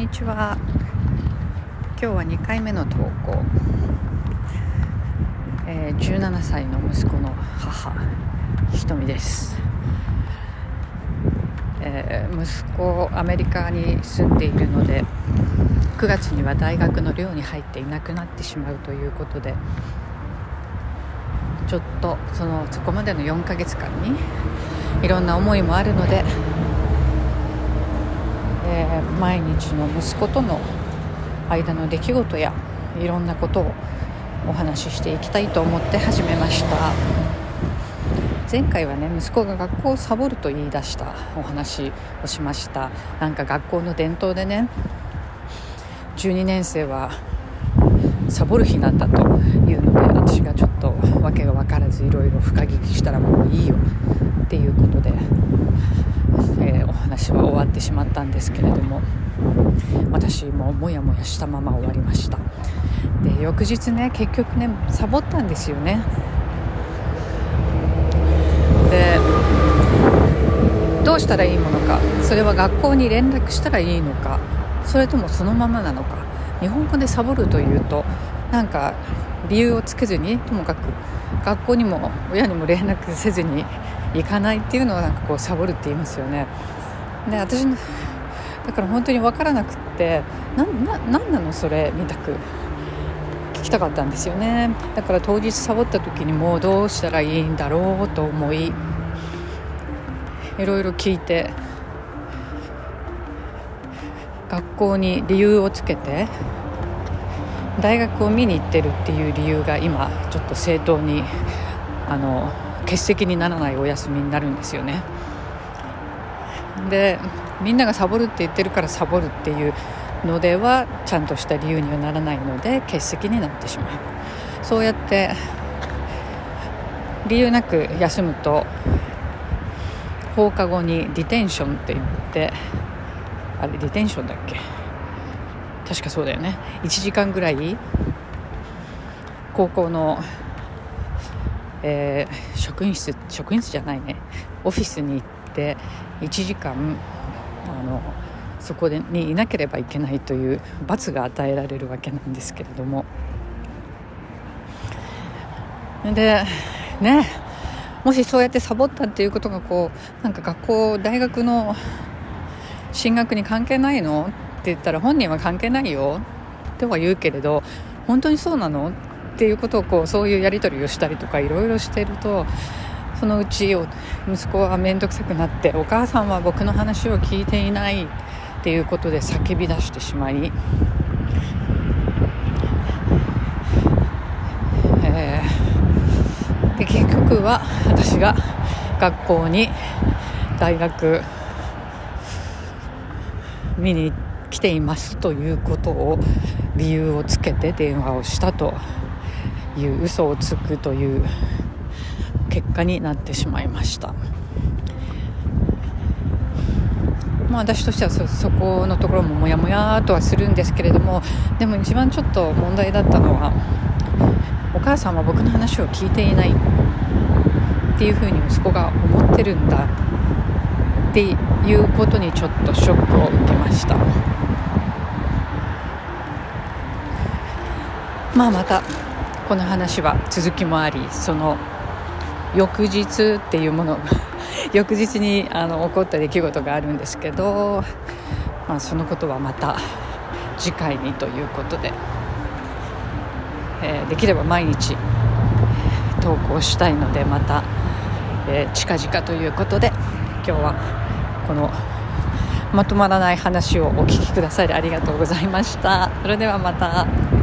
にちは。今日は2回目の投稿。17歳の息子の母ひとみです。息子アメリカに住んでいるので、9月には大学の寮に入っていなくなってしまうということで、ちょっとそこまでの4ヶ月間にいろんな思いもあるので、毎日の息子との間の出来事やいろんなことをお話ししていきたいと思って始めました。前回はね、息子が学校をサボると言い出したお話をしました。なんか学校の伝統でね、12年生はサボる日なんだというので、私がちょっとわけが分からずいろいろ深聞きしたら、もういいよっていうことで、お話は終わってしまったんですけれども、私ももやもやしたまま終わりました。で、翌日ね、結局ねサボったんですよね。で、どうしたらいいものか、それは学校に連絡したらいいのか、それともそのままなのか。日本語でサボるというと、なんか理由をつけずに、ともかく学校にも親にも連絡せずに行かないっていうのをなんかこうサボるって言いますよね。で、私だから本当に分からなくって、なんなのそれみたく聞きたかったんですよね。だから当日サボった時にもうどうしたらいいんだろうと思い、いろいろ聞いて、学校に理由をつけて大学を見に行ってるっていう理由が今ちょっと正当に欠席にならないお休みになるんですよね。で、みんながサボるって言ってるからサボるっていうのではちゃんとした理由にはならないので、欠席になってしまう。そうやって理由なく休むと、放課後にディテンションって言って、あれディテンションだっけ、確かそうだよね。1時間ぐらい高校の、職員室じゃないね、オフィスに行って1時間そこにいなければいけないという罰が与えられるわけなんですけれども、でね、もしそうやってサボったっていうことがなんか大学の進学に関係ないのって言ったら、本人は関係ないよとは言うけれど、本当にそうなのっていうことをそういうやり取りをしたりとかいろいろしていると、そのうち息子は面倒くさくなって、お母さんは僕の話を聞いていないっていうことで叫び出してしまい、で結局は私が学校に大学見に来ていますということを理由をつけて電話をしたという嘘をつくという結果になってしまいました。私としてはそこのところもモヤモヤとはするんですけれども、でも一番ちょっと問題だったのは、お母さんは僕の話を聞いていないっていうふうに息子が思ってるんだっていうことにちょっとショックを受けました。またこの話は続きもあり、その翌日っていうもの翌日に起こった出来事があるんですけど、そのことはまた次回にということで、できれば毎日投稿したいので、また、近々ということで、今日はこのまとまらない話をお聞きくださりありがとうございました。それではまた。